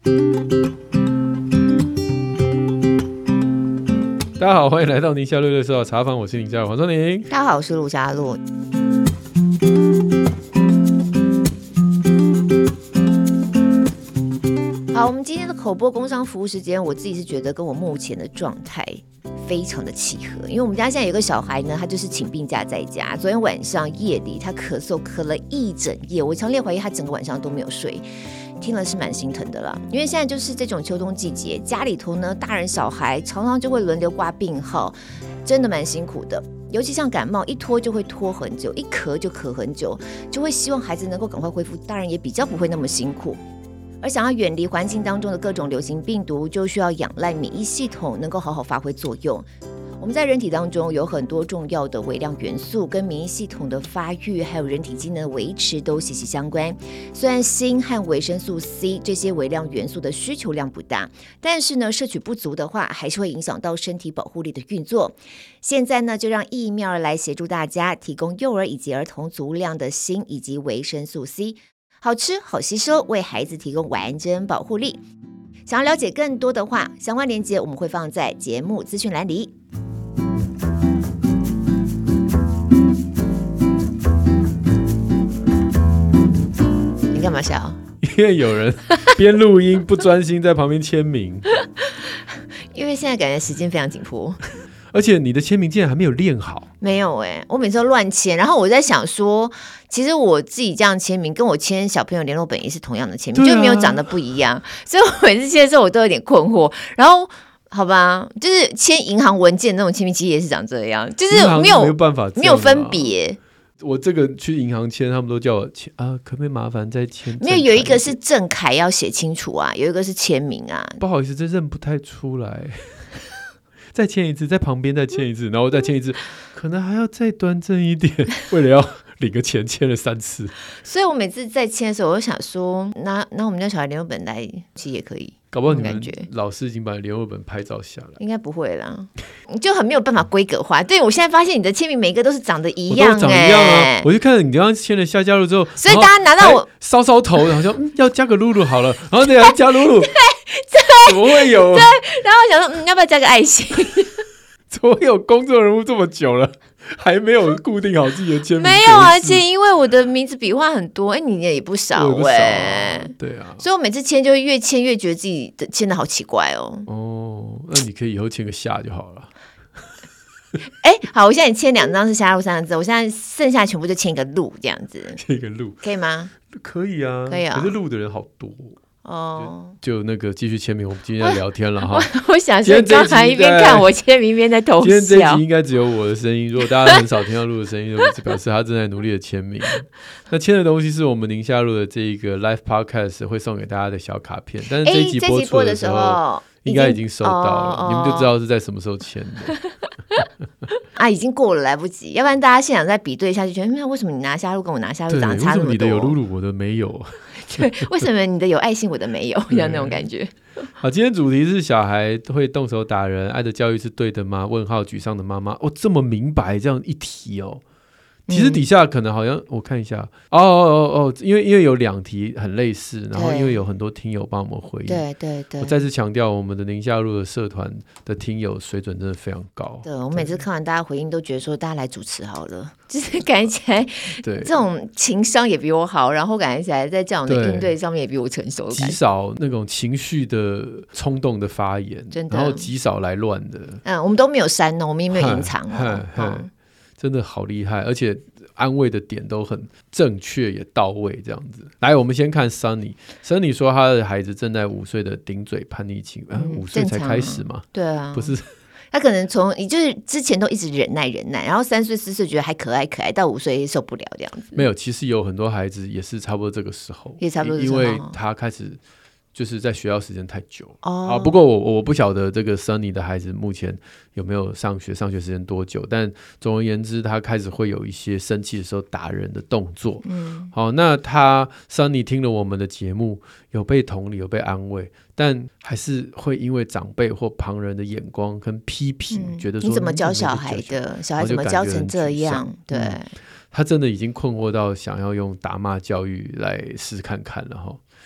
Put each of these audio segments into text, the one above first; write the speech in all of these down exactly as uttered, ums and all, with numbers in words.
大家好，欢迎来到宁夏路六十号茶坊，我是宁夏路黄双宁。 大家好，我是陆家路。好，我们今天的口播工商服务时间，我自己是觉得跟我目前的状态非常的契合，因为我们家现在有个小孩呢，他就是请病假在家。昨天晚上夜里他咳嗽咳了一整夜，我强烈怀疑他整个晚上都没有睡，听了是蛮心疼的啦。因为现在就是这种秋冬季节，家里头呢大人小孩常常就会轮流挂病号，真的蛮辛苦的。尤其像感冒，一拖就会拖很久，一咳就咳很久，就会希望孩子能够赶快恢复，大人也比较不会那么辛苦。而想要远离环境当中的各种流行病毒，就需要仰赖免疫系统能够好好发挥作用。我们在人体当中有很多重要的微量元素，跟免疫系统的发育还有人体机能的维持都息息相关。虽然锌和维生素 C 这些微量元素的需求量不大，但是呢摄取不足的话，还是会影响到身体保护力的运作。现在呢就让疫苗来协助大家提供幼儿以及儿童足量的锌以及维生素 C，好吃好吸收，为孩子提供完整保护力。想要了解更多的话，相关链接我们会放在节目资讯栏里。你干嘛笑？ 因为有人边录音不专心在旁边签名。 因为现在感觉时间非常紧迫。 而且你的签名竟然还没有练好。 没有哎、欸，我每次都乱签，然后我在想说，其实我自己这样签名，跟我签小朋友联络本也是同样的签名，啊、就没有长得不一样，所以我每次签的时候我都有点困惑。然后好吧，就是签银行文件那种签名，其实也是长这样，就是没有没有办法没有分别。 我这个去银行签，他们都叫我签啊，可不可以麻烦再签？ 没有，有一个是正楷要写清楚啊，有一个是签名啊。 不好意思，这认不太出来。再签一次，在旁边再签一次，然后再签一次，可能还要再端正一点，为了要领个钱，签了三次。 所以我每次在签的时候，我就想说，拿拿我们家小孩联络本来其实也可以。 搞不好你们老师已经把联络本拍照下来， 应该不会啦，你就很没有办法规格化。对，我现在发现你的签名每一个都是长得一样、欸， 我都长一样啊！我就看你刚刚签了下加入之后， 所以大家拿到我搔搔头，然后说、嗯、要加个露露好了，然后对啊加露露， 对， 怎么会有？ 对，然后我想说，嗯，要不要加个爱心？ 怎么会有公众人物这么久了？还没有固定好自己的签名？ 没有，而且因为我的名字笔画很多，哎，你也不少哎、欸， 对啊， 所以我每次签就越签越觉得自己的签的好奇怪哦。 哦，那你可以以后签个夏就好了。 哎，好，我现在签两张是下路三个字，我现在剩下全部就签一个路这样子， 签一个路可以吗？ 可以啊， 可以啊。 可是路的人好多。 哦， 就, 就那个继续签名，我们今天在聊天了哈。 我, 我想说，刚才一边看我签名，一边在偷笑。 今天这一集应该只有我的声音，如果大家很少听到录的声音，就表示他正在努力的签名。那签的东西是我们宁夏路的这一个 Live Podcast 会送给大家的小卡片，但是这一集播出的时候，应该已经收到了，哦、你们就知道是在什么时候签的。 啊，已经过了，来不及，要不然大家现场再比对一下，就觉得、嗯、为什么你拿下路跟我拿下路长得差那么多？为什么你的有露露，我的没有？ 对，为什么你的有爱心，我的没有？像那种感觉。 好，今天主题是小孩会动手打人，爱的教育是对的吗？问号，沮丧的妈妈。哦，这么明白这样一题哦。其实底下可能好像、嗯、我看一下，哦哦哦哦，因为因为有两题很类似，然后因为有很多听友帮我们回应， 对对对， 我再次强调，我们的宁夏路的社团的听友水准真的非常高。 对，我每次看完大家回应都觉得说，大家来主持好了，就是感觉起来，对这种情商也比我好，然后感觉起来在这样的应对上面也比我成熟， 极少那种情绪的冲动的发言，真的，然后极少来乱的。 嗯，我们都没有删哦，我们也没有隐藏哦。 嗯真的好厉害，而且安慰的点都很正确也到位这样子。来，我们先看 Sunny Sunny 说他的孩子正在五岁的顶嘴叛逆期、啊、五岁才开始嘛、 啊、对啊， 不是他可能从就是之前都一直忍耐忍耐，然后三岁四岁觉得还可爱可爱，到五岁受不了这样子。 没有，其实有很多孩子也是差不多这个时候， 也差不多这个时候， 因为他开始就是在学校时间太久、 哦啊、不过我我不晓得这个 Sunny 的孩子目前有没有上学上学时间多久，但总而言之他开始会有一些生气的时候打人的动作。嗯，好，那他 Sunny 听了我们的节目有被同理有被安慰，但还是会因为长辈或旁人的眼光跟批评、嗯、觉得说你怎么教小孩的，小孩怎么教成这样，对、 嗯，他真的已经困惑到想要用打骂教育来试看看了哈。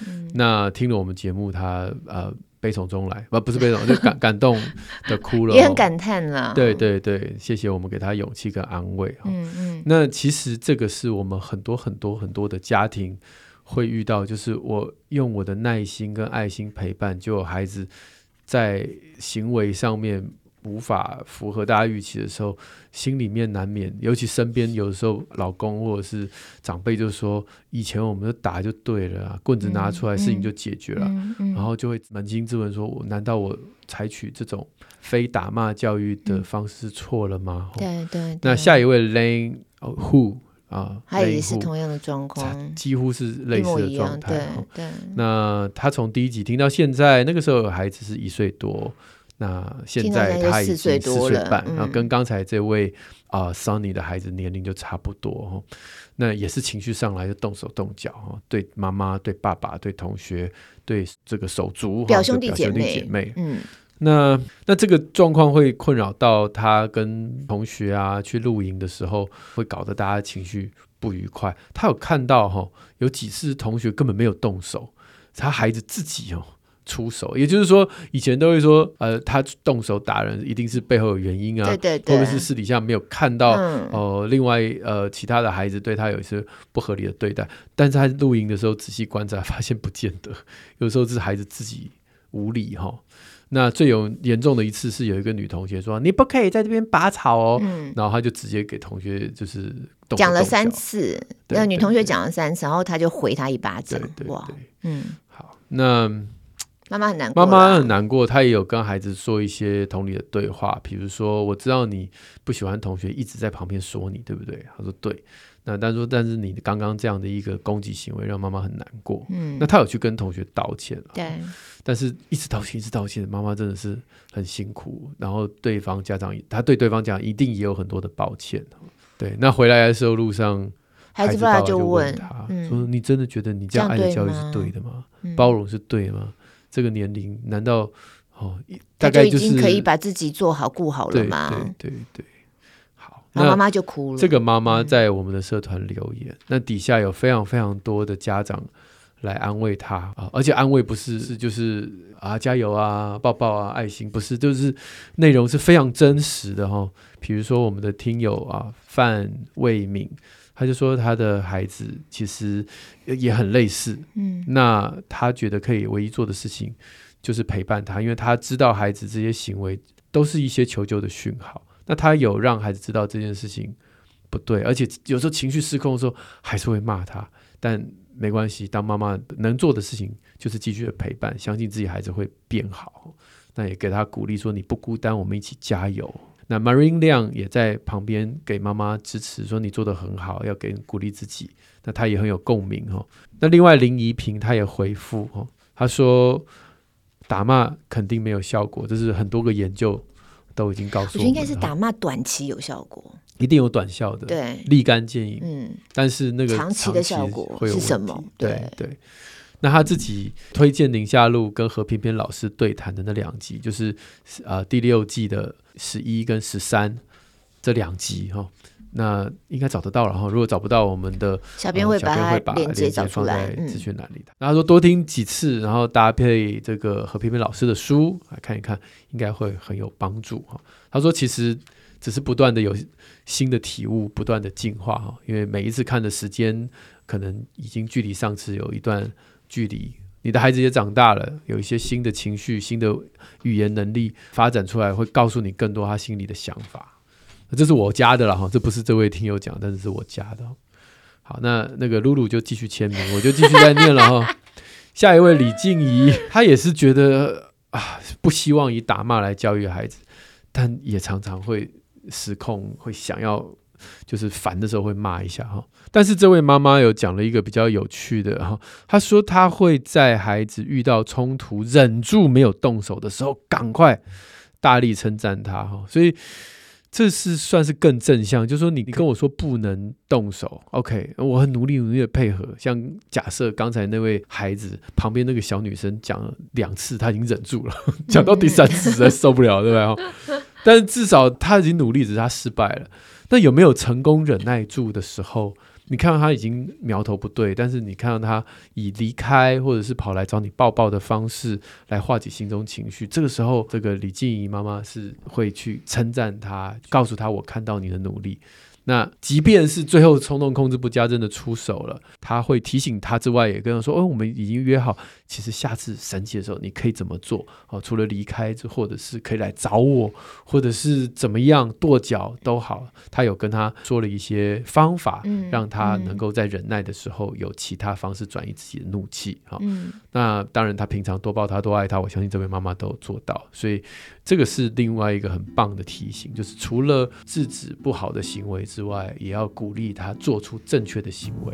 嗯、那听了我们节目他呃悲从中来，不不是悲从就感感动的哭了， 也很感叹啦。 对对对，谢谢我们给他勇气跟安慰。嗯嗯，那其实这个是我们很多很多很多的家庭会遇到，就是我用我的耐心跟爱心陪伴，就有孩子在行为上面无法符合大家预期的时候，心里面难免，尤其身边有的时候老公或者是长辈就说，以前我们就打就对了啊，棍子拿出来、嗯、事情就解决了、嗯嗯、然后就会扪心自问说，难道我采取这种非打骂教育的方式错了吗、 嗯、对, 对对。 那下一位 Lane Hu啊， 他也是同样的状况， 几乎是类似的状态。 对对。 那他从第一集听到现在，那个时候孩子是一岁多，那现在他已经四岁半，然后跟刚才这位啊、呃、Sunny 的孩子年龄就差不多、哦、那也是情绪上来就动手动脚、哦、对妈妈、对爸爸、对同学、对这个手足、 表兄弟姐妹， 表兄弟姐妹，嗯。那那这个状况会困扰到他跟同学啊去露营的时候，会搞得大家情绪不愉快。他有看到、哦、有几次同学根本没有动手，他孩子自己哦出手，也就是说以前都会说呃，他动手打人一定是背后有原因啊， 对对对， 或者是私底下没有看到、嗯呃、另外呃其他的孩子对他有一些不合理的对待，但是他露营的时候仔细观察发现不见得，有时候是孩子自己无理、哦、那最有严重的一次是有一个女同学说你不可以在这边拔草哦、嗯、然后他就直接给同学就是讲了三次，那女同学讲了三次，然后他就回他一巴掌。 对对对， 哇，嗯， 好，那妈妈很难过， 妈妈很难过，她也有跟孩子说一些同理的对话，比如说我知道你不喜欢同学一直在旁边说你，对不对？她说对，那但说但是你刚刚这样的一个攻击行为让妈妈很难过，嗯，那她有去跟同学道歉了， 对， 但是一直道歉一直道歉，妈妈真的是很辛苦，然后对方家长她对对方家长一定也有很多的抱歉，对，那回来的时候路上孩子爸爸就问他、嗯、说你真的觉得你这样爱的教育是对的吗？嗯、包容是对的吗？这个年龄难道、哦、大概就是他就已经可以把自己做好顾好了吗？ 对对对对，好， 然后妈妈就哭了。 这个妈妈在我们的社团留言、嗯、那底下有非常非常多的家长来安慰他、啊、而且安慰不是是就是啊加油啊抱抱啊爱心，不是，就是内容是非常真实的、哦、比如说我们的听友啊范卫敏，他就说他的孩子其实也很类似、嗯、那他觉得可以唯一做的事情就是陪伴他，因为他知道孩子这些行为都是一些求救的讯号，那他有让孩子知道这件事情不对，而且有时候情绪失控的时候还是会骂他，但没关系，当妈妈能做的事情就是继续的陪伴，相信自己孩子会变好，那也给他鼓励说你不孤单，我们一起加油。那 Marine 亮也在旁边给妈妈支持，说你做得很好，要给鼓励自己，那他也很有共鸣、哦、那另外林怡平他也回复、哦、他说打骂肯定没有效果，这是很多个研究都已经告诉我们， 我觉得应该是打骂短期有效果， 一定有短效的， 对， 立竿见影、 嗯、 但是那个长期的效果是什么？ 对 对, 对，那他自己推荐宁夏路跟何偏偏老师对谈的那两集，就是、呃、第六季的十一跟十三这两集、哦、那应该找得到了、哦、如果找不到我们的小编会把它链接找出来、 呃、资讯栏里的、嗯、然后说多听几次，然后搭配这个何偏偏老师的书来看一看，应该会很有帮助、哦、他说其实只是不断的有新的体悟，不断的进化、哦、因为每一次看的时间可能已经距离上次有一段距离，你的孩子也长大了，有一些新的情绪新的语言能力发展出来，会告诉你更多他心里的想法，这是我加的啦，这不是这位听友讲，但是是我加的。好，那那个露露就继续签名，我就继续再念了下一位李静怡，她也是觉得啊，不希望以打骂来教育孩子，但也常常会失控，会想要就是烦的时候会骂一下哈。但是这位妈妈有讲了一个比较有趣的哈，她说她会在孩子遇到冲突忍住没有动手的时候，赶快大力称赞他哈，所以这是算是更正向，就是说你跟我说不能动手 OK， 我很努力努力的配合，像假设刚才那位孩子旁边那个小女生讲了两次他已经忍住了，讲到第三次实在受不了对吧？但是至少他已经努力，只是他失败了。那有没有成功忍耐住的时候， 你看到他已经苗头不对，但是你看到他以离开或者是跑来找你抱抱的方式来化解心中情绪，这个时候这个李静怡妈妈是会去称赞他，告诉他我看到你的努力。那即便是最后冲动控制不佳真的出手了，他会提醒他之外也跟他说、哦、我们已经约好，其实下次生气的时候你可以怎么做、哦、除了离开或者是可以来找我，或者是怎么样跺脚都好，他有跟他说了一些方法、嗯、让他能够在忍耐的时候有其他方式转移自己的怒气、哦嗯、那当然他平常多抱他多爱他，我相信这位妈妈都有做到，所以这个是另外一个很棒的提醒，就是除了制止不好的行为之外，也要鼓励他做出正确的行为。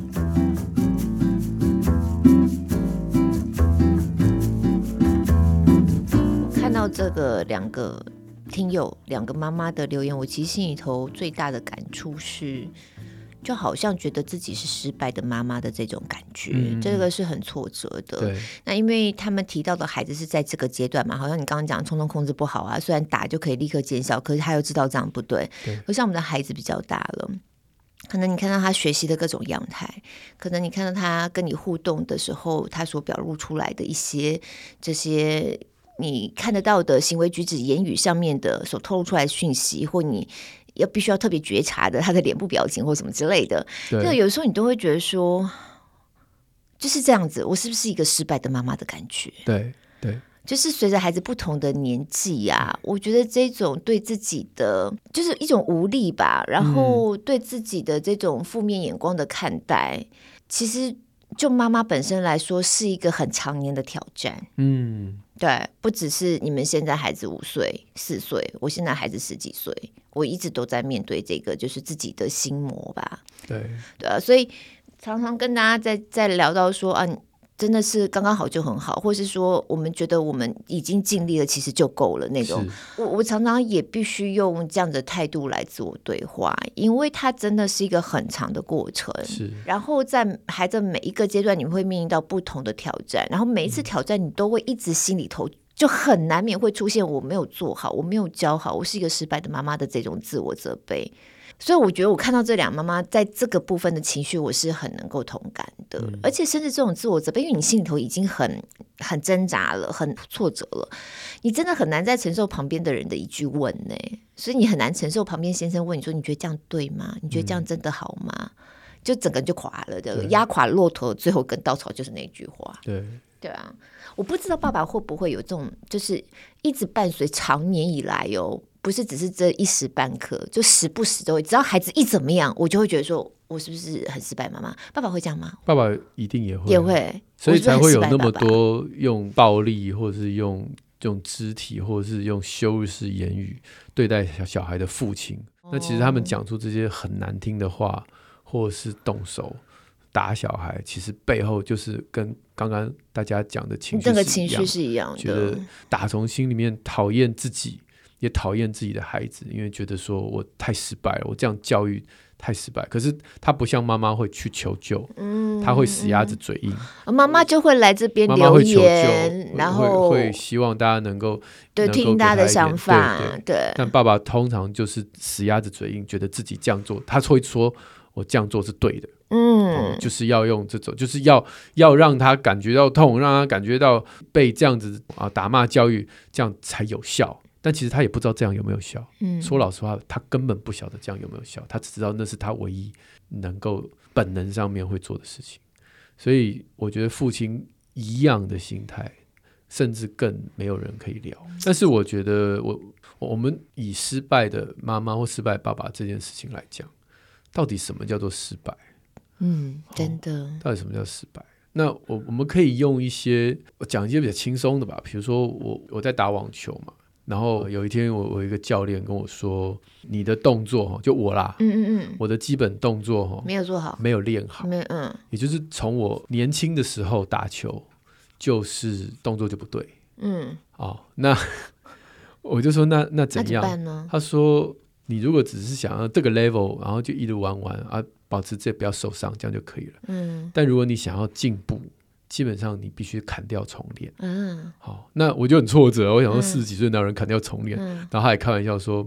看到这个两个听友两个妈妈的留言，我其实心里头最大的感触是，就好像觉得自己是失败的妈妈的这种感觉、嗯、这个是很挫折的。那因为他们提到的孩子是在这个阶段嘛，好像你刚刚讲冲动控制不好啊，虽然打就可以立刻见效，可是他又知道这样不对。可像我们的孩子比较大了，可能你看到他学习的各种样态，可能你看到他跟你互动的时候，他所表露出来的一些这些你看得到的行为举止言语上面的所透露出来的讯息，或你要必须要特别觉察的他的脸部表情或什么之类的，就有时候你都会觉得说就是这样子，我是不是一个失败的妈妈的感觉。 对对， 就是随着孩子不同的年纪啊，我觉得这种对自己的就是一种无力吧，然后对自己的这种负面眼光的看待、嗯、其实就妈妈本身来说是一个很常年的挑战。嗯，对，不只是你们现在孩子五岁四岁，我现在孩子十几岁，我一直都在面对这个就是自己的心魔吧。对对啊，所以常常跟大家在在聊到说啊，真的是刚刚好就很好，或是说我们觉得我们已经尽力了其实就够了那种，我我常常也必须用这样的态度来自我对话，因为它真的是一个很长的过程，是然后在孩子每一个阶段你会面临到不同的挑战，然后每一次挑战你都会一直心里头就很难免会出现我没有做好，我没有教好，我是一个失败的妈妈的这种自我责备。所以我觉得我看到这两妈妈在这个部分的情绪我是很能够同感的、嗯、而且甚至这种自我责备，因为你心里头已经很很挣扎了，很挫折了，你真的很难再承受旁边的人的一句问呢，所以你很难承受旁边先生问你说你觉得这样对吗？你觉得这样真的好吗？嗯、就整个人就垮了的，压垮骆驼最后根稻草就是那句话。对对啊，我不知道爸爸会不会有这种就是一直伴随长年以来哦，不是只是这一时半刻，就时不时都会，只要孩子一怎么样我就会觉得说我是不是很失败妈妈。爸爸会这样吗？爸爸一定也会也会，所以才会有那么多用暴力或者是用用肢体或者是用羞辱式言语对待小小孩的父亲、哦、那其实他们讲出这些很难听的话或者是动手打小孩，其实背后就是跟刚刚大家讲的情绪是一样的，这个情绪是一样的，觉得打从心里面讨厌自己也讨厌自己的孩子，因为觉得说我太失败了，我这样教育太失败。可是他不像妈妈会去求救，嗯，他会死鸭子嘴硬，妈妈就会来这边留言，然后 会, 会希望大家能够对听他的想法， 对, 对, 对。但爸爸通常就是死鸭子嘴硬，觉得自己这样做，他会说我这样做是对的，嗯，嗯就是要用这种，就是要要让他感觉到痛，让他感觉到被这样子啊打骂教育，这样才有效。但其实他也不知道这样有没有效、嗯、说老实话他根本不晓得这样有没有效，他只知道那是他唯一能够本能上面会做的事情。所以我觉得父亲一样的心态甚至更没有人可以聊。但是我觉得我我们以失败的妈妈或失败爸爸这件事情来讲，到底什么叫做失败？嗯，真的、哦、到底什么叫失败？那 我, 我们可以用一些我讲一些比较轻松的吧，比如说我我在打网球嘛，然后有一天我我有一个教练跟我说，你的动作就我啦，嗯嗯嗯，我的基本动作没有做好，没有练好，没嗯，也就是从我年轻的时候打球就是动作就不对，嗯，哦，那我就说那那怎样？那怎么办呢？他说你如果只是想要这个 level， 然后就一路玩玩啊，保持这不要受伤，这样就可以了。嗯，但如果你想要进步，基本上你必须砍掉重练。嗯，好，那我就很挫折，我想说四十几岁哪有人砍掉重练？嗯，然后他也开玩笑说，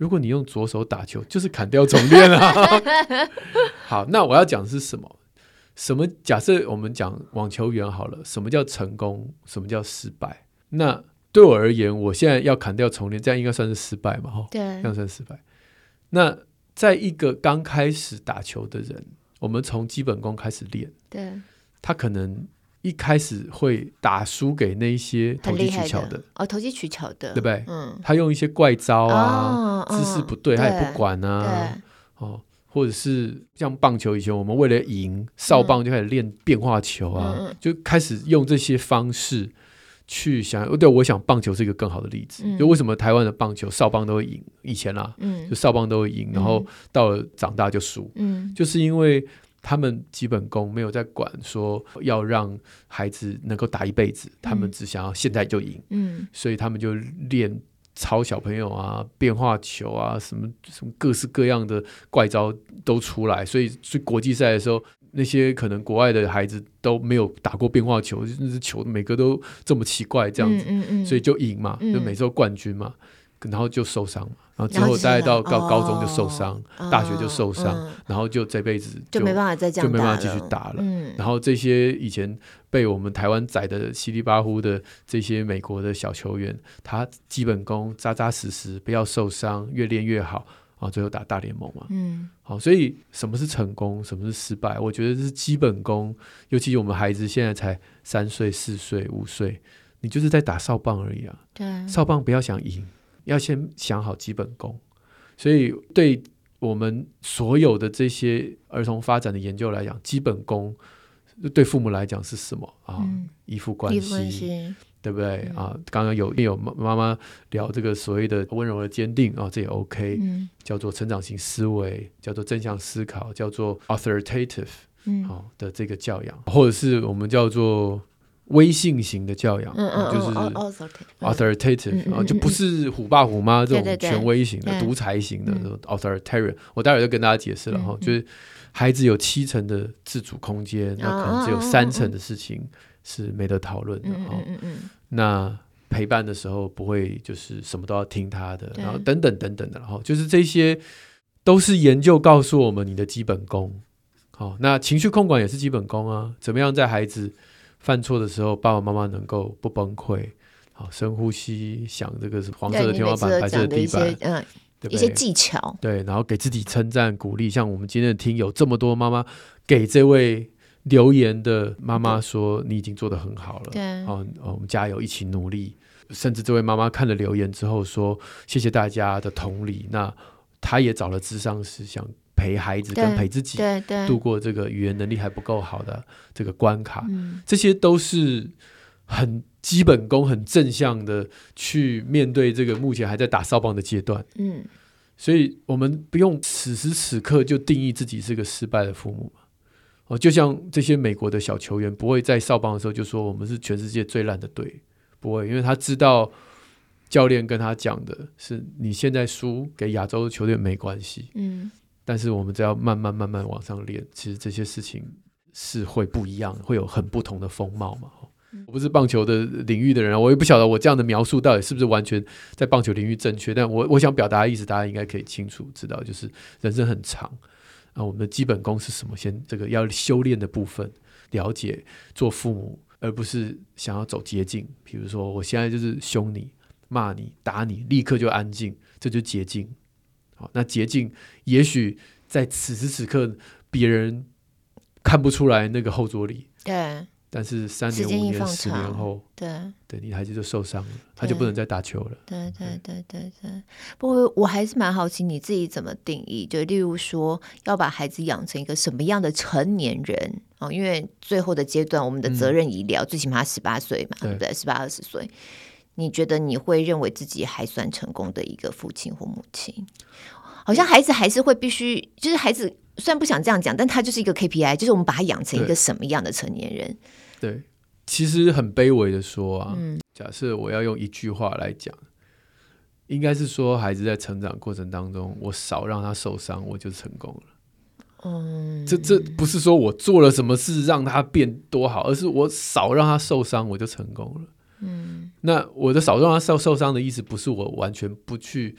如果你用左手打球，就是砍掉重练啊。好，那我要讲的是什么？什么？假设我们讲网球员好了，什么叫成功？什么叫失败？那对我而言，我现在要砍掉重练，这样应该算是失败嘛？ 对， 这样算失败。那在一个刚开始打球的人，我们从基本功开始练， 对， 他可能一开始会打输给那一些投机取巧的， 的哦，投机取巧的， 对不对？ 嗯， 他用一些怪招啊， 哦、 姿势不对， 嗯、 他也不管啊， 对， 哦。或者是像棒球，以前我们为了赢少棒就开始练变化球啊， 嗯、 就开始用这些方式去想。对，我想棒球是一个更好的例子。嗯、就为什么台湾的棒球少棒都会赢？以前啦、啊，嗯、就少棒都会赢，然后到了长大就输。嗯，就是因为他们基本功没有在管说要让孩子能够打一辈子，他们只想要现在就赢。嗯，所以他们就练。超小朋友啊，变化球啊，什么什么各式各样的怪招都出来，所以所以国际赛的时候，那些可能国外的孩子都没有打过变化球，就是球每个都这么奇怪这样子，嗯嗯嗯、所以就赢嘛，就每次都冠军嘛，然后就受伤嘛，然后之后大概到到高中就受伤，哦、大学就受伤，嗯、然后就这辈子 就, 就没办法再这样打了， 就没办法继续打了。嗯、然后这些以前被我们台湾宰的稀里巴呼的这些美国的小球员，他基本功扎扎实实，不要受伤，越练越好啊，最后打大联盟嘛。嗯，好，所以什么是成功，什么是失败？我觉得是基本功，尤其我们孩子现在才三岁、四岁、五岁，你就是在打少棒而已啊。对，少棒不要想赢，要先想好基本功。所以对我们所有的这些儿童发展的研究来讲，基本功对父母来讲是什么啊？嗯、依附关系，对不对、嗯、啊？刚刚有有妈妈聊这个所谓的温柔的坚定啊，这也 OK，、嗯、叫做成长型思维，叫做正向思考，叫做 authoritative、嗯啊、的这个教养，或者是我们叫做威信型的教养，嗯嗯嗯、就是 authoritative、嗯嗯啊、就不是虎爸虎妈这种权威型的、独裁型的、嗯、authoritarian。我待会就跟大家解释了、嗯、就是孩子有七成的自主空间，那、嗯、可能只有三成的事情是没得讨论的、嗯嗯嗯嗯、那陪伴的时候不会就是什么都要听他的，然后等等等等的，然后就是这些都是研究告诉我们你的基本功。好，那情绪控管也是基本功啊，怎么样在孩子犯错的时候爸爸妈妈能够不崩溃，好，深呼吸，想这个是黄色的天花板白色的地板，嗯，对不对？ 一些技巧， 对，然后给自己称赞鼓励，像我们今天的听友这么多妈妈给这位留言的妈妈说你已经做得很好了，对、哦哦，我们加油一起努力。甚至这位妈妈看了留言之后说谢谢大家的同理，那她也找了諮商师想陪孩子跟陪自己度过这个语言能力还不够好的这个关卡、嗯、这些都是很基本功很正向的去面对这个目前还在打少棒的阶段、嗯、所以我们不用此时此刻就定义自己是个失败的父母、哦、就像这些美国的小球员不会在少棒的时候就说我们是全世界最烂的队，不会，因为他知道教练跟他讲的是你现在输给亚洲球队没关系、嗯、但是我们只要慢慢慢慢往上练，其实这些事情是会不一样，会有很不同的风貌嘛。我不是棒球的领域的人，我也不晓得我这样的描述到底是不是完全在棒球领域正确，但我我想表达的意思大家应该可以清楚知道，就是人生很长啊，我们的基本功是什么，先这个要修炼的部分了解，做父母而不是想要走捷径，比如说我现在就是凶你骂你打你立刻就安静，这就是捷径。好，那捷径也许在此时此刻别人看不出来那个后坐力，对，但是三年五年十年后，对对，你孩子就受伤了，他就不能再打球了。 对对对对对。不过我还是蛮好奇你自己怎么定义，就例如说要把孩子养成一个什么样的成年人、哦、因为最后的阶段我们的责任已了、嗯、最起码十八岁嘛，对不对？十八二十岁，你觉得你会认为自己还算成功的一个父亲或母亲？好像孩子还是会必须，就是孩子虽然不想这样讲，但他就是一个 K P I， 就是我们把他养成一个什么样的成年人。 对，其实很卑微的说啊、嗯、假设我要用一句话来讲，应该是说孩子在成长过程当中我少让他受伤我就成功了。嗯，这这不是说我做了什么事让他变多好，而是我少让他受伤我就成功了。嗯，那我的少让他受受伤的意思不是我完全不去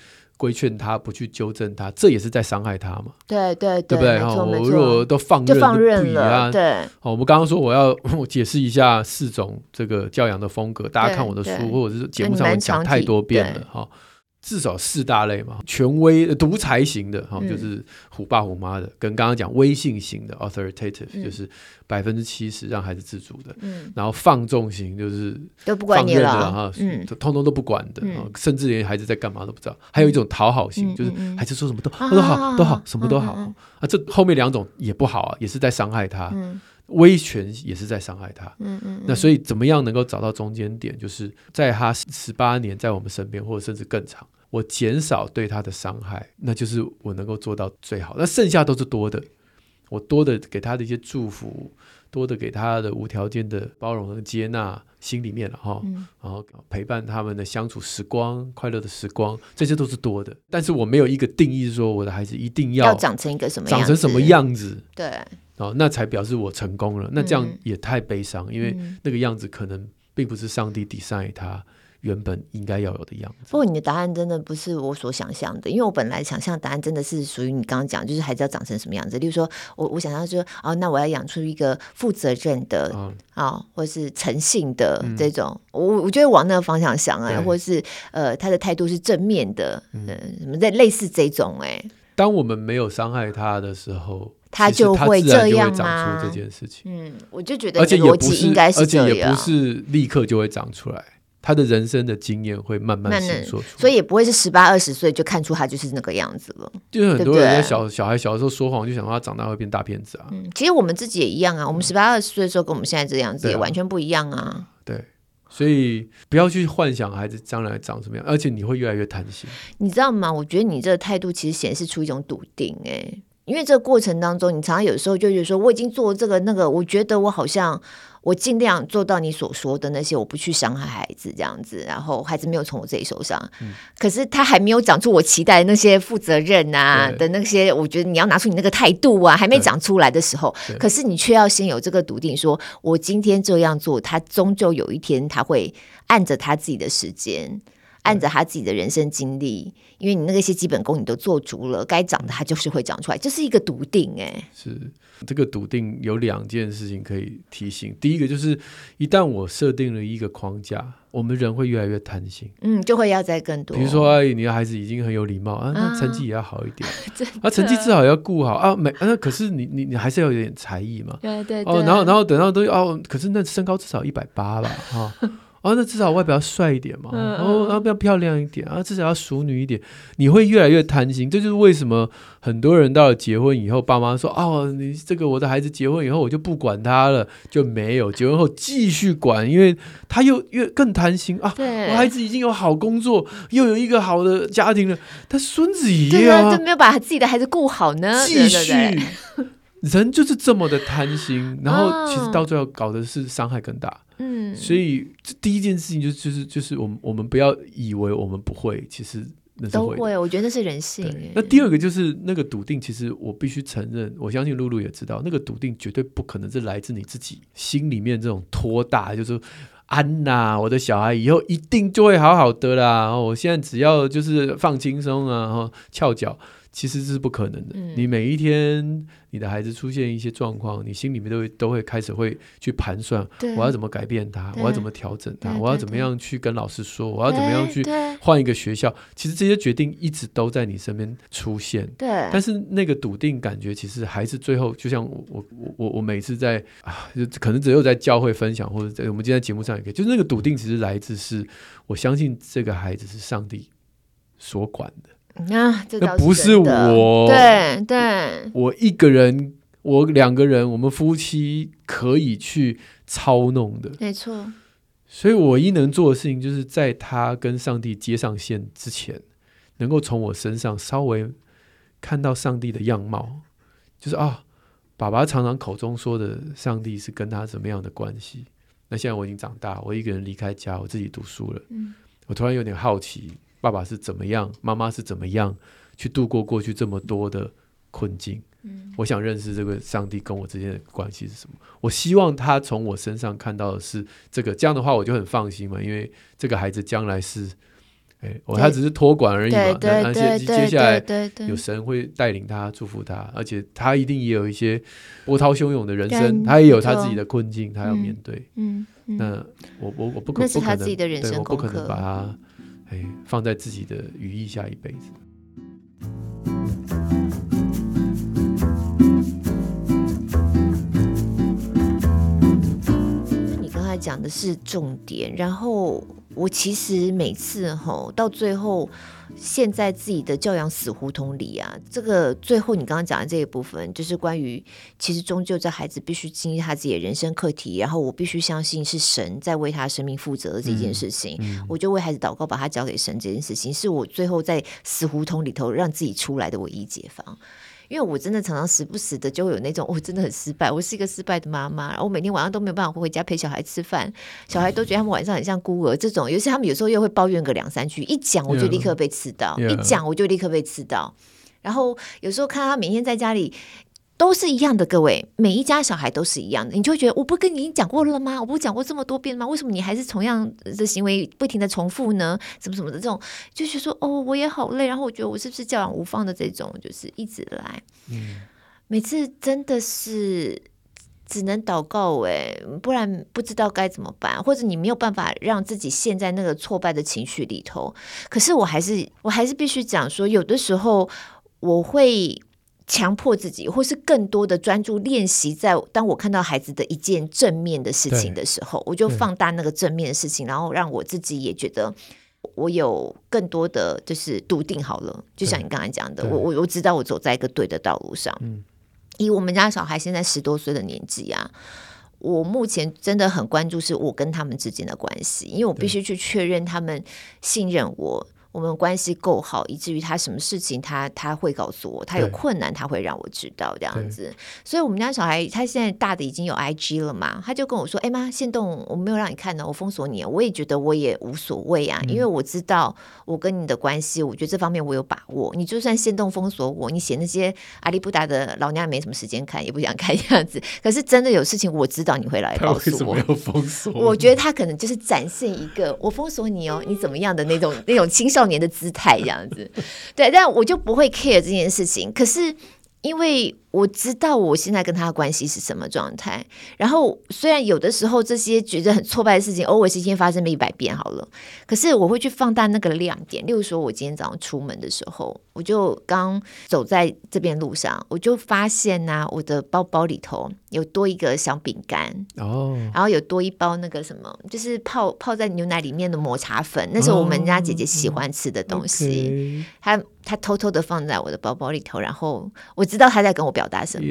规劝他，不去纠正他，这也是在伤害他嘛。 对对对， 对不对？我如果都放任就放任了， 啊、 对。 我们刚刚说我要我解释一下四种这个教养的风格，大家看我的书或者是节目上我讲太多遍了哈。至少四大类嘛，权威独裁型的、嗯、就是虎爸虎妈的，跟刚刚讲威信型的 authoritative、嗯、就是百分之七十让孩子自主的、嗯、然后放纵型就是都不管你了哈、嗯，通通都不管的、嗯、甚至连孩子在干嘛都不知道。还有一种讨好型、嗯、就是孩子说什么都、嗯、都好都好什么都好、嗯、啊，这后面两种也不好啊，也是在伤害他、嗯，威权也是在伤害他，嗯嗯嗯，那所以怎么样能够找到中间点，就是在他十八年在我们身边，或者甚至更长，我减少对他的伤害，那就是我能够做到最好。那剩下都是多的，我多的给他的一些祝福，多的给他的无条件的包容和接纳，心里面了哈、嗯，然后陪伴他们的相处时光，快乐的时光，这些都是多的。但是我没有一个定义是说我的孩子一定要要长成一个什么样子， 长成什么样子， 对。 哦，那才表示我成功了，那这样也太悲伤、嗯、因为那个样子可能并不是上帝 design 他原本应该要有的样子。 不过你的答案真的不是我所想象的，因为我本来想象答案真的是属于你刚刚讲，就是孩子要长成什么样子。例如说我我想象说哦，那我要养出一个负责任的啊、嗯哦，或是诚信的这种，嗯、我我觉得往那个方向想哎，或是呃他的态度是正面的，嗯，呃、什么类类似这种哎。 当我们没有伤害他的时候。 他就会这样吗？ 长出这件事情， 嗯，我就觉得你的逻辑应该是这样， 而且也不是立刻就会长出来，他的人生的经验会慢慢形塑出来， 所以也不会是十八二十岁就看出他就是那个样子了。 就是很多人在小小孩小的时候说谎，就想说他长大会变大骗子啊。 嗯，其实我们自己也一样啊，我们十八二十岁的时候跟我们现在这样子也完全不一样啊。 对，所以不要去幻想孩子将来长什么样，而且你会越来越贪心。 你知道吗？我觉得你这个态度其实显示出一种笃定、欸，哎。因为这个过程当中你常常有时候就觉得说我已经做这个那个，我觉得我好像我尽量做到你所说的那些，我不去伤害孩子这样子，然后孩子没有从我这里手上、嗯、可是他还没有长出我期待的那些负责任啊的那些，我觉得你要拿出你那个态度啊，还没长出来的时候，可是你却要先有这个笃定说我今天这样做，他终究有一天他会按着他自己的时间，按着他自己的人生经历，因为你那些基本功你都做足了，该长的它就是会长出来，这是一个笃定。哎， 是这个笃定有两件事情可以提醒。第一个就是一旦我设定了一个框架，我们人会越来越贪心， 嗯，就会要再更多。 比如说、哎、你的孩子已经很有礼貌啊，那成绩也要好一点啊，成绩至少要顾好啊，没啊，可是你你你还是要有点才艺嘛， 对对对， 哦，然后然后等到都哦，可是那身高至少一百八吧，哈、哦。哦，那至少外表要帅一点嘛，嗯嗯哦，要不要漂亮一点啊？至少要淑女一点，你会越来越贪心。这就是为什么很多人到了结婚以后，爸妈说：“哦，你这个我的孩子结婚以后，我就不管他了。”就没有结婚后继续管，因为他又越更贪心啊！我孩子已经有好工作，又有一个好的家庭了，他孙子也对啊，就没有把自己的孩子顾好呢？ 继续，对对对人就是这么的贪心，然后其实到最后搞的是伤害更大。嗯，所以第一件事情就是就是就是我们我们不要以为我们不会，其实那是会的， 都会，我觉得那是人性。 那第二个就是那个笃定，其实我必须承认，我相信露露也知道，那个笃定绝对不可能是来自你自己心里面这种托大，就是安呐，我的小孩以后一定就会好好的啦，我现在只要就是放轻松啊，然后翘脚。其实是不可能的、嗯、你每一天你的孩子出现一些状况，你心里面都会都会开始会去盘算，我要怎么改变他，我要怎么调整他，我要怎么样去跟老师说，我要怎么样去换一个学校。其实这些决定一直都在你身边出现， 对。 但是那个笃定感觉其实还是最后，就像我我我我每次在啊，就可能只有在教会分享，或者在我们今天在节目上也可以，就是那个笃定其实来自是我相信这个孩子是上帝所管的。 啊，这那不是我， 对对， 我一个人，我两个人，我们夫妻可以去操弄的， 没错。 所以我唯一能做的事情，就是在他跟上帝接上线之前，能够从我身上稍微看到上帝的样貌，就是啊，爸爸常常口中说的上帝是跟他怎么样的关系。那现在我已经长大，我一个人离开家，我自己读书了，嗯、我突然有点好奇。爸爸是怎么样，妈妈是怎么样去度过过去这么多的困境、嗯、我想认识这个上帝跟我之间的关系是什么，我希望他从我身上看到的是这个，这样的话我就很放心嘛，因为这个孩子将来是哎，我他只是托管而已嘛， 对那对接接下来对对有神会带领他祝福他，而且他一定也有一些波涛汹涌的人生， 跟他也有他自己的困境，他要面对。 嗯嗯， 那我我我不可那是他不可能自己的人生对我不可功课能把他哎放在自己的羽翼下一辈子。 你刚才讲的是重点，然后我其实每次吼到最后，现在自己的教养死胡同里啊，这个最后你刚刚讲的这一部分，就是关于其实终究这孩子必须经历他自己的人生课题，然后我必须相信是神在为他生命负责的这件事情，嗯嗯、我就为孩子祷告，把他交给神这件事情，是我最后在死胡同里头让自己出来的唯一解放。因为我真的常常时不时的就会有那种我、哦、真的很失败，我是一个失败的妈妈，然后我每天晚上都没有办法回家陪小孩吃饭，小孩都觉得他们晚上很像孤儿，这种尤其他们有时候又会抱怨个两三句，一讲我就立刻被刺到， yeah, 一讲我就立刻被刺到，然后有时候看他每天在家里都是一样的，各位每一家小孩都是一样的，你就会觉得我不跟你已经讲过了吗？我不讲过这么多遍吗？为什么你还是同样的行为不停的重复呢？什么什么的这种，就是说哦我也好累，然后我觉得我是不是教养无方的这种，就是一直来、嗯、每次真的是只能祷告哎，不然不知道该怎么办，或者你没有办法让自己陷在那个挫败的情绪里头。可是我还是我还是必须讲说，有的时候我会强迫自己，或是更多的专注练习在当我看到孩子的一件正面的事情的时候，我就放大那个正面的事情，然后让我自己也觉得我有更多的就是笃定好了，就像你刚才讲的，我我我知道我走在一个对的道路上、嗯、以我们家小孩现在十多岁的年纪啊，我目前真的很关注是我跟他们之间的关系，因为我必须去确认他们信任我，我们关系够好，以至于他什么事情他他会告诉我，他有困难他会让我知道这样子。所以我们家小孩他现在大的已经有 I G 了嘛，他就跟我说：“哎妈，限动我没有让你看呢，我封锁你。”我也觉得我也无所谓啊、嗯，因为我知道我跟你的关系，我觉得这方面我有把握。你就算限动封锁我，你写那些阿里不达的，老娘没什么时间看，也不想看这样子。可是真的有事情，我知道你会来告诉我。 他为什么要封锁我？ 我觉得他可能就是展现一个我封锁你哦，你怎么样的那种那种青少年的姿态这样子。对，但我就不会 care 这件事情。可是因为我知道我现在跟他的关系是什么状态，然后虽然有的时候这些觉得很挫败的事情偶尔是一天发生了一百遍好了，可是我会去放大那个亮点。例如说我今天早上出门的时候，我就刚走在这边路上，我就发现啊，我的包包里头有多一个小饼干哦，然后有多一包那个什么，就是泡泡在牛奶里面的抹茶粉，那是我们家姐姐喜欢吃的东西，她、哦 okay. 她偷偷的放在我的包包里头，然后我知道她在跟我表达什么，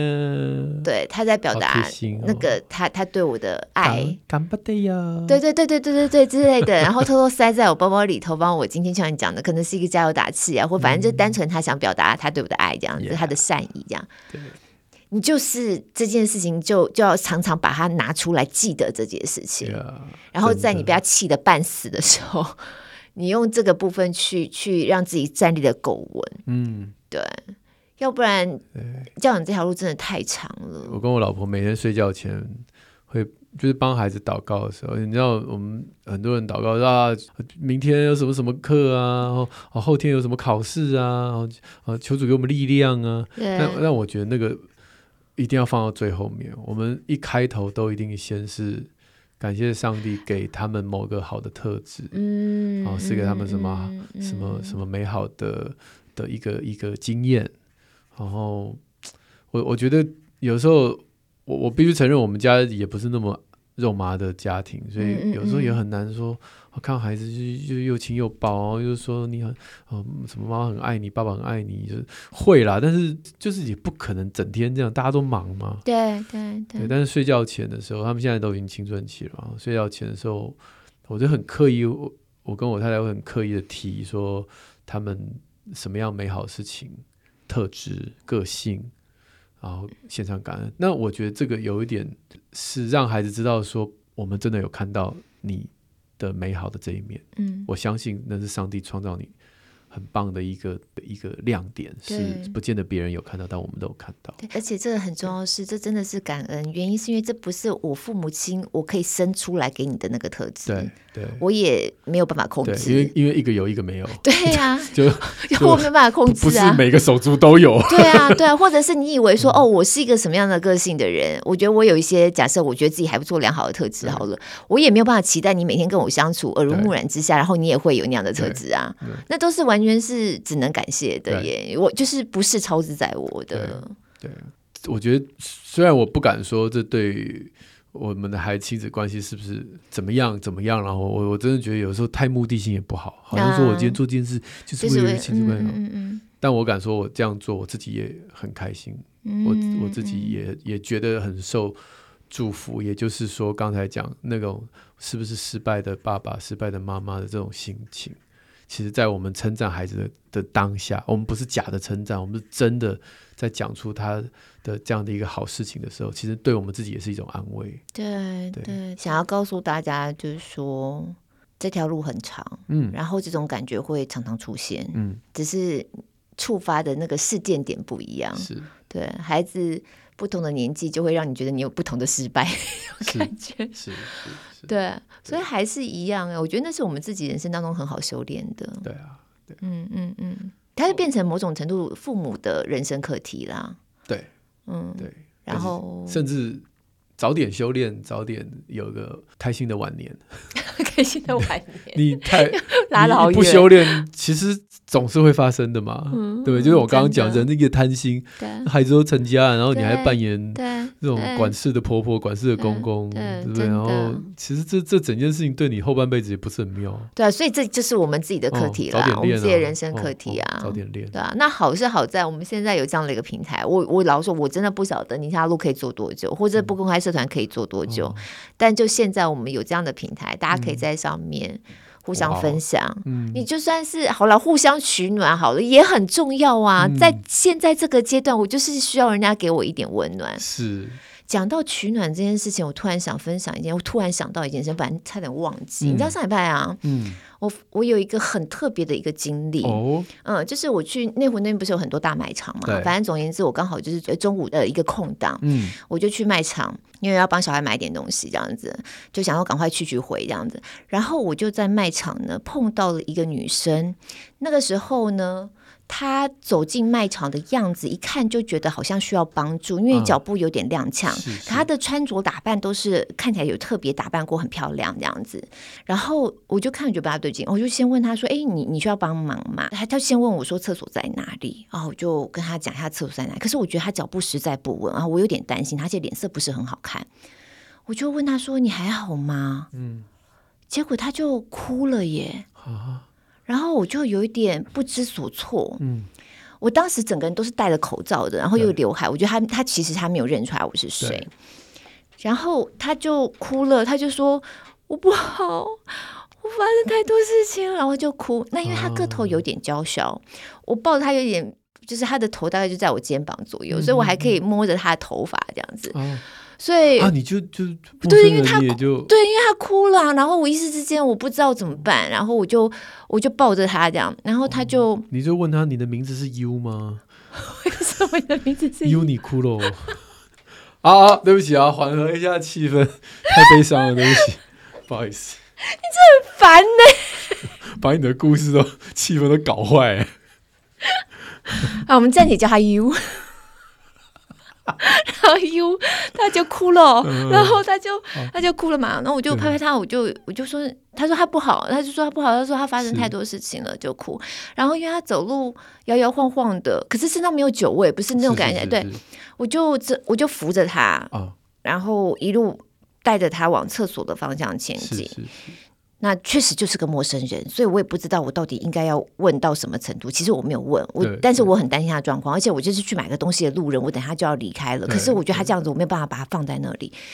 yeah, 对，她在表达那个她她对我的爱， 干巴的呀， 对对对对对对对之类的，然后偷偷塞在我包包里头，帮我今天像你讲的，可能是一个加油打气啊，或反正就单纯她想表达她对我的爱这样子，她、yeah, 的善意这样。对，你就是这件事情就就要常常把它拿出来记得这件事情， yeah, 然后在你被他气得半死的时候，你用这个部分去去让自己站立的够稳，嗯，对，要不然教养这条路真的太长了。 我跟我老婆每天睡觉前会就是帮孩子祷告的时候，你知道我们很多人祷告啊，明天有什么什么课啊，然后后天有什么考试啊，然后求主给我们力量啊，但但我觉得那个一定要放到最后面，我们一开头都一定先是感谢上帝给他们某个好的特质，嗯，然后是给他们什么、嗯、什么什么美好的的一个一个经验，然后我我觉得有时候我我必须承认我们家也不是那么肉麻的家庭，所以有时候也很难说、嗯嗯、看孩子就就又亲又抱，又说你很、哦、什么妈妈很爱你，爸爸很爱你，就是会啦，但是就是也不可能整天这样，大家都忙嘛。 对对 对, 对，但是睡觉前的时候，他们现在都已经青春期了，睡觉前的时候我就很刻意，我我跟我太太会很刻意的提说他们什么样美好的事情、特质、个性，然后献上感恩。那我觉得这个有一点是让孩子知道说我们真的有看到你的美好的这一面，嗯，我相信那是上帝创造你很棒的一个一个亮点，是不见得别人有看到，但我们都有看到。 对，而且这个很重要的是，这真的是感恩，原因是因为这不是我父母亲我可以生出来给你的那个特质， 对对， 我也没有办法控制， 因为因为一个有一个没有， 对啊， 就就我没有办法控制啊， 不是每个手足都有， 对啊对啊，或者是你以为说哦，我是一个什么样的个性的人，我觉得我有一些假设，我觉得自己还不错良好的特质好了，我也没有办法期待你每天跟我相处耳濡目染之下，然后你也会有那样的特质啊，那都是完全是只能感谢的耶，我就是不是超自在我的。 对，对，我觉得虽然我不敢说这对于我们的孩子亲子关系是不是怎么样怎么样，然后我我真的觉得有时候太目的性也不好，好像说我今天做这件事就是为了亲子关系，嗯嗯，但我敢说我这样做我自己也很开心，嗯、我我自己也也觉得很受祝福，也就是说刚才讲那种是不是失败的爸爸失败的妈妈的这种心情，其实在我们称赞孩子 的, 的当下，我们不是假的称赞，我们是真的在讲出他的这样的一个好事情的时候，其实对我们自己也是一种安慰。 对 对, 对，想要告诉大家就是说这条路很长，嗯，然后这种感觉会常常出现，嗯，只是触发的那个事件点不一样，是，对，孩子不同的年纪就会让你觉得你有不同的失败感觉，是是是，对，所以还是一样，我觉得那是我们自己人生当中很好修炼的。 对啊，对， 嗯嗯嗯，它就变成某种程度父母的人生课题啦。 对，嗯对， 然后甚至早点修炼，早点有个开心的晚年。 开心的晚年， 你太拉得好远， 你不修炼，其实总是会发生的嘛，嗯、对不对？就是我刚刚讲人的一个贪心，孩子都成家了，然后你还扮演这种管事的婆婆、管事的公公，对不对？然后其实这这整件事情对你后半辈子也不是很妙。 对啊，所以这就是我们自己的课题啦，哦啊、我们自己的人生课题啊， 哦哦、早点练。 对啊，那好是好在我们现在有这样的一个平台。我我老实说，我真的不晓得宁夏路可以做多久，或者不公开社团可以做多久，嗯、但就现在我们有这样的平台，大家可以在上面互相分享，嗯、你就算是好了，互相取暖好了，也很重要啊。嗯、在现在这个阶段，我就是需要人家给我一点温暖。 是。 讲到取暖这件事情，我突然想分享一件，我突然想到一件事，反正差点忘记。嗯、你知道上礼拜啊，嗯、我我有一个很特别的一个经历，哦、嗯，就是我去内湖那边不是有很多大卖场嘛，反正总而言之，我刚好就是中午的一个空档，嗯、我就去卖场，因为要帮小孩买点东西，这样子就想要赶快去去回这样子，然后我就在卖场呢碰到了一个女生，那个时候呢。他走进卖场的样子，一看就觉得好像需要帮助，因为脚步有点踉跄。嗯、他的穿着打扮都是看起来有特别打扮过，很漂亮这样子。然后我就看觉得不大对劲，我就先问他说：“哎，你你需要帮忙吗？”他他先问我说：“厕所在哪里？”然后我就跟他讲一下厕所在哪里。可是我觉得他脚步实在不稳，然后我有点担心他，而且脸色不是很好看。我就问他说：“你还好吗？”嗯，结果他就哭了耶。啊。然后我就有一点不知所措，嗯，我当时整个人都是戴着口罩的，然后又有刘海，我觉得他他其实他没有认出来我是谁，然后他就哭了，他就说我不好，我发生太多事情了，然后就哭。那因为他个头有点娇小，我抱着他有点，就是他的头大概就在我肩膀左右，嗯、所以我还可以摸着他的头发这样子。哦所以啊，你就就对，因为他也就对，因为他哭了，然后我一时之间我不知道怎么办，然后我就我就抱着他这样，然后他就、 哦、你就问他你的名字是 U 吗？ 为什么你的名字是 U？ 你哭了啊啊！对不起啊，缓和一下气氛，太悲伤了，对不起，不好意思。 你这很烦呢、 欸，把你的故事都气氛都搞坏了。 啊，我们暂且叫他 U。然后 U 他就哭了，嗯、然后他就他就哭了嘛，然后我就拍拍他，我就我就说，他说他不好，他就说他不好，他说他发生太多事情了就哭，然后因为他走路摇摇晃晃的，可是身上没有酒味，不是那种感觉，对，我就这我就扶着他，哦、然后一路带着他往厕所的方向前进。是是是，那确实就是个陌生人，所以我也不知道我到底应该要问到什么程度。其实我没有问我，但是我很担心他的状况，而且我就是去买个东西的路人，我等他就要离开了。可是我觉得他这样子，我没有办法把他放在那里。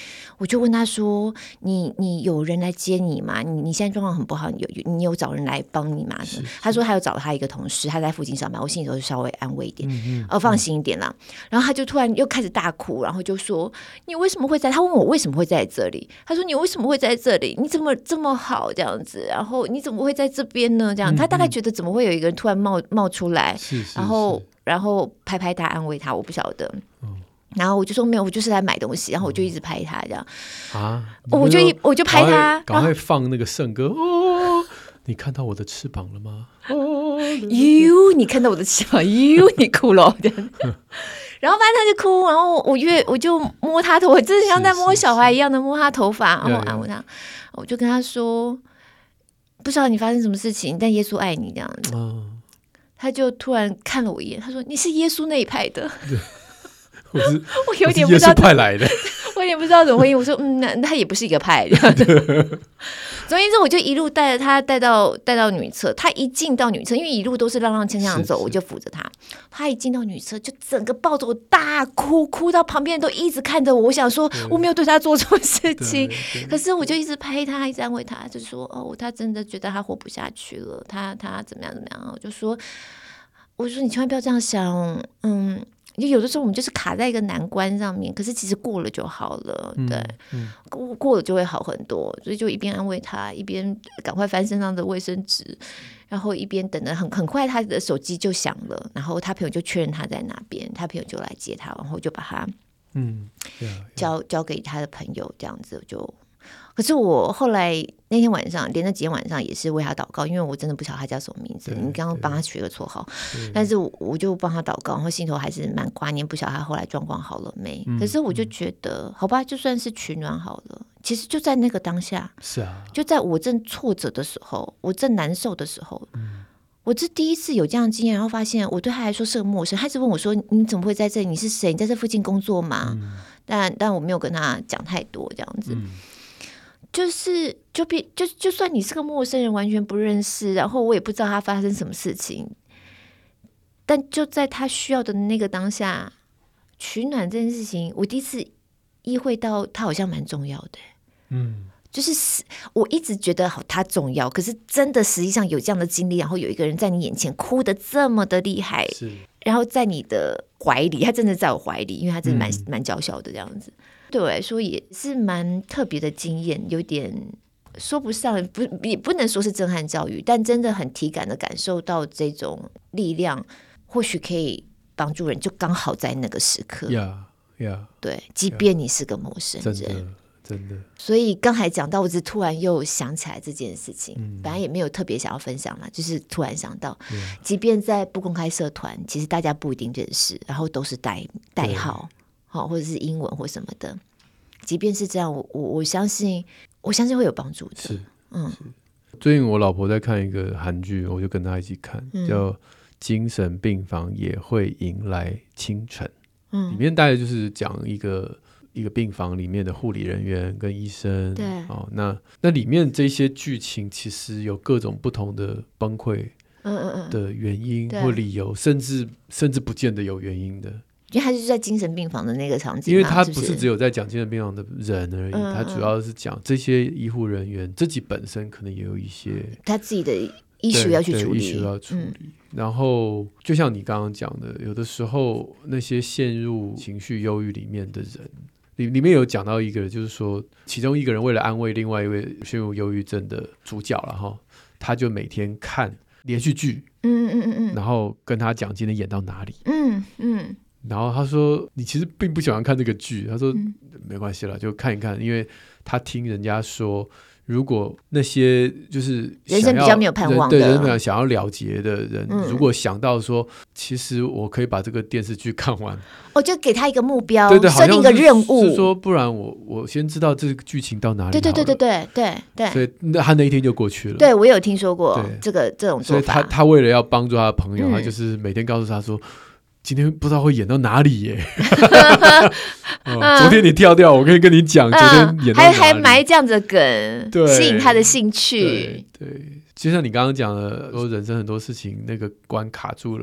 我就问他说你你有人来接你吗？你你现在状况很不好，你有你有找人来帮你吗？他说他有找他一个同事，他在附近上班。我心里头就稍微安慰一点，嗯嗯、呃放心一点啦。然后他就突然又开始大哭，然后就说你为什么会在？他问我为什么会在这里？他说你为什么会在这里？你怎么这么好这样子？然后你怎么会在这边呢？这样、嗯、他大概觉得怎么会有一个人突然冒冒出来， 是是是然后然后拍拍他安慰他，我不晓得。嗯然后我就说没有，我就是来买东西，然后我就一直拍他这样啊，我就我就拍他， 赶快放那个圣歌哦，你看到我的翅膀了吗？哦， 哟，你看到我的翅膀，哟，你哭了这样。然后反正他就哭，然后我越我就摸他头，我真的像在摸小孩一样的摸他头发，然后安慰他，我就跟他说，不知道你发生什么事情，但耶稣爱你这样子。嗯、他就突然看了我一眼，他说你是耶稣那一派的。 我, 是我有点不知道耶稣派来的， 我有点不知道怎么回应。我说嗯，那他也不是一个派的。总而言之，我就一路带着他带到带到女厕。他一进到女厕，因为一路都是踉踉跄跄走，我就扶着他。他一进到女厕，就整个抱着我大哭，哭到旁边人都一直看着我。我想说我没有对他做错事情，可是我就一直拍他，一直安慰他，就说哦，他真的觉得他活不下去了，他他怎么样怎么样。我就说，我说你千万不要这样想，嗯。就有的时候我们就是卡在一个难关上面，可是其实过了就好了，对，嗯嗯、过, 过了就会好很多，所以就一边安慰他，一边赶快翻身上的卫生纸，然后一边等着很很快他的手机就响了，然后他朋友就确认他在哪边，他朋友就来接他，然后就把他嗯交交给他的朋友，这样子就。可是我后来那天晚上，连着几天晚上也是为他祷告，因为我真的不晓得他叫什么名字。你刚刚帮他取了个绰号，但是 我, 我就帮他祷告，然后心头还是蛮挂念，不晓得他后来状况好了没。嗯、可是我就觉得，好吧，就算是取暖好了。其实就在那个当下， 是啊， 就在我正挫折的时候，我正难受的时候，嗯、我是第一次有这样的经验，然后发现我对他来说是个陌生。他一直问我说：“你怎么会在这里？你是谁？你在这附近工作吗？”嗯、但但我没有跟他讲太多，这样子。嗯就是就比就就算你是个陌生人，完全不认识，然后我也不知道他发生什么事情，但就在他需要的那个当下，取暖这件事情，我第一次意会到他好像蛮重要的。嗯，就是我一直觉得好他重要，可是真的实际上有这样的经历，然后有一个人在你眼前哭得这么的厉害，然后在你的怀里，他真的在我怀里，因为他真的蛮、嗯、蛮娇小的这样子。对我来说也是蛮特别的经验，有点说不上，不也不能说是震撼教育，但真的很体感的感受到这种力量，或许可以帮助人，就刚好在那个时刻。 Yeah, yeah, 对，即便你是个陌生人， 真的真的。 所以刚才讲到，我只突然又想起来这件事情，嗯、本来也没有特别想要分享啦，就是突然想到，嗯、即便在不公开社团，其实大家不一定认识，然后都是代代号。好，或者是英文或什么的，即便是这样，我我我相信，我相信会有帮助的。 是，嗯，最近我老婆在看一个韩剧，我就跟她一起看，嗯、叫《精神病房也会迎来清晨》。嗯，里面大概就是讲一个一个病房里面的护理人员跟医生， 对， 哦，那那里面这些剧情其实有各种不同的崩溃的原因或理由，嗯嗯嗯甚至甚至不见得有原因的。 因为他就是在精神病房的那个场景， 因为他不是只有在讲精神病房的人而已，嗯、他主要是讲这些医护人员自己本身可能也有一些他自己的医学要去处理， 医学要处理。嗯、然后就像你刚刚讲的，有的时候那些陷入情绪忧郁里面的人，里里面有讲到一个，就是说其中一个人为了安慰另外一位陷入忧郁症的主角了哈，他就每天看连续剧，嗯嗯嗯嗯，然后跟他讲今天演到哪里，嗯嗯。然后他说你其实并不喜欢看这个剧，他说、嗯、没关系啦，就看一看，因为他听人家说如果那些就是人生比较没有盼望的， 对人生想要了结的人、嗯、如果想到说其实我可以把这个电视剧看完， 哦，就给他一个目标， 对对， 设定一个任务， 是说不然我我先知道这个剧情到哪里， 对对对对对对对， 所以那他那一天就过去了。 对，我有听说过这个这种做法， 所以他他为了要帮助他的朋友、嗯、他就是每天告诉他说今天不知道会演到哪里耶、哦、昨天你跳掉我可以跟你讲、嗯、昨天演到哪里， 还还埋这样子的梗，吸引他的兴趣。 对对，就像你刚刚讲的说人生很多事情那个关卡住了，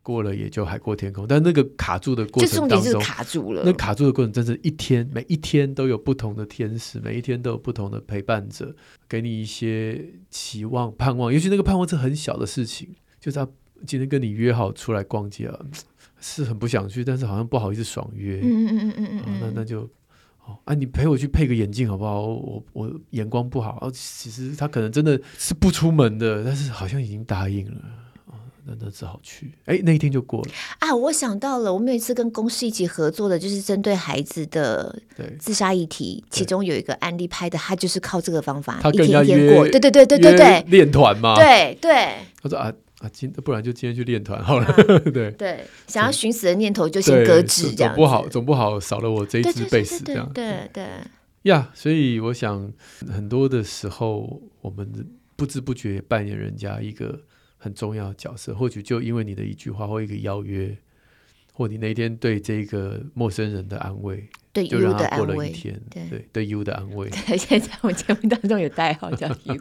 过了也就海阔天空。但那个卡住的过程当中， 就重点是卡住了。 那卡住的过程真是一天每一天都有不同的天使，每一天都有不同的陪伴者，给你一些期望盼望。尤其那个盼望是很小的事情，就是他今天跟你约好出来逛街啊，是很不想去，但是好像不好意思爽约。 嗯嗯嗯嗯嗯、啊， 那那就。哦、啊，你陪我去配个眼镜好不好？我我眼光不好、啊、其实他可能真的是不出门的，但是好像已经答应了，啊、那那只好去。哎，那一天就过了啊！我想到了，我们有一次跟公司一起合作的，就是针对孩子的自杀议题，其中有一个案例拍的，他就是靠这个方法， 他一天一天过，对对对对对对， 练团嘛， 对对。 他说啊。啊，今不然就今天去练团好了。 嗯、 对对，想要寻死的念头就先搁置，这样总不好，总不好少了我这一支贝斯这样。 对对对呀， yeah, 所以我想很多的时候，我们不知不觉扮演人家一个很重要的角色，或许就因为你的一句话或一个邀约，或你那一天对这个陌生人的安慰， 对就让他过了一天， 对对对 you 的安慰。 对，现在在我节目当中有代号叫 you。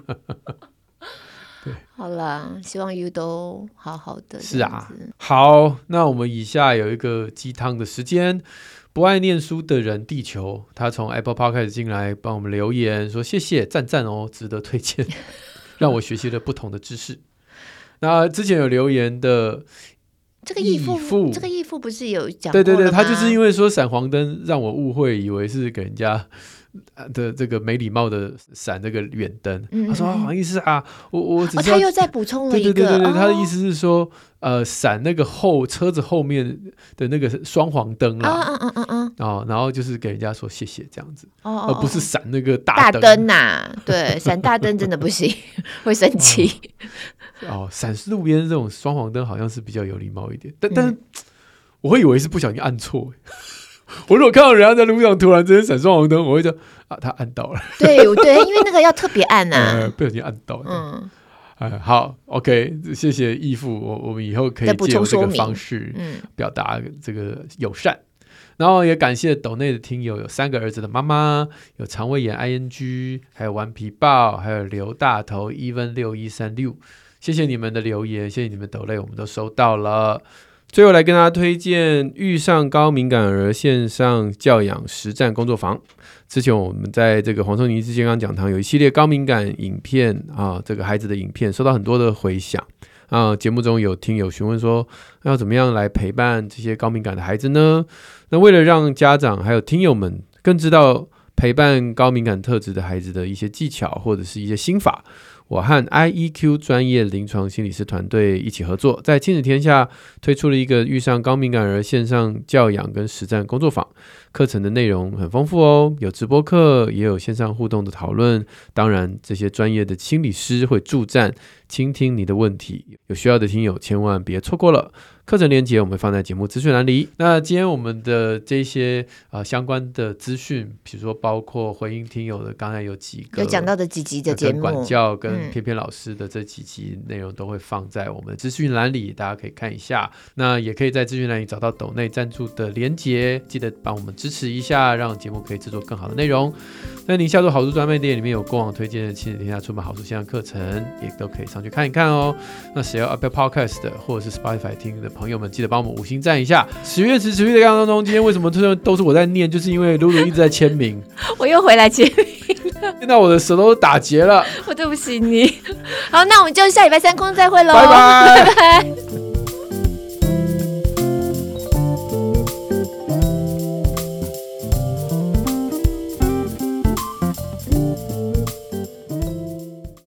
好啦，希望 you 都好好的。 是啊，好，那我们以下有一个鸡汤的时间。不爱念书的人地球，他从 Apple Podcast 进来帮我们留言说谢谢赞赞哦，值得推荐，让我学习了不同的知识。那之前有留言的这个义父，这个义父不是有讲过对对对， 了吗？ 他就是因为说闪黄灯让我误会，以为是给人家的这个没礼貌的闪这个远灯。嗯嗯嗯他说好像意思啊，我我只是、 哦、他又再补充了一个， 对对对对对、 哦、 他的意思是说，呃，闪那个后车子后面的那个双黄灯啊， 嗯嗯嗯嗯哦，然后就是给人家说谢谢这样子， 哦哦而不是闪那个大灯灯呐、啊，对，闪大灯真的不行，会生气。 哦，闪路边这种双黄灯好像是比较有礼貌一点，但、嗯、但是我会以为是不小心按错。我如果看到人家在路上突然之间闪双黄灯，我会说啊，他按到了。对对，因为那个要特别按啊， 呃、不小心按到。嗯，哎，好 ，OK， 谢谢义父，我我们以后可以借由这个方式表达这个友善。嗯、然后也感谢斗内的听友有三个儿子的妈妈，有肠胃炎 I N G， 还有顽皮豹，还有刘大头 even 六一三六，谢谢你们的留言，谢谢你们斗内，我们都收到了。最后来跟大家推荐遇上高敏感儿线上教养实战工作坊。之前我们在这个黄松妮之健康讲堂有一系列高敏感影片啊，这个孩子的影片收到很多的回响啊。节目中有听友询问说，要怎么样来陪伴这些高敏感的孩子呢？那为了让家长还有听友们更知道陪伴高敏感特质的孩子的一些技巧或者是一些心法，我和 I E Q 专业临床心理师团队一起合作，在亲子天下推出了一个遇上高敏感儿线上教养跟实战工作坊。课程的内容很丰富哦，有直播课，也有线上互动的讨论。当然，这些专业的心理师会助战，倾听你的问题。有需要的听友千万别错过了。课程连结我们会放在节目资讯栏里。那今天我们的这些、呃、相关的资讯，比如说包括回应听友的，刚才有几个有讲到的几集的节目， 跟管教跟偏偏老师的这几集内容都会放在我们的资讯栏里，大家可以看一下。那也可以在资讯栏里找到斗内赞助的连结，记得帮我们支持一下，让节目可以制作更好的内容。那您下周好书专卖店里面有过往推荐的亲子天下出版好书线上课程，也都可以上去看一看哦。那使用 Apple Podcast 的或者是 Spotify 听的朋友们，记得帮我们五星赞一下。十月持续的当中，今天为什么都是我在念，就是因为露露一直在签名。 我又回来签名了， 现在我的舌头都打结了。 我对不起你。好，那我们就下礼拜三空再会喽， 拜拜。 拜拜。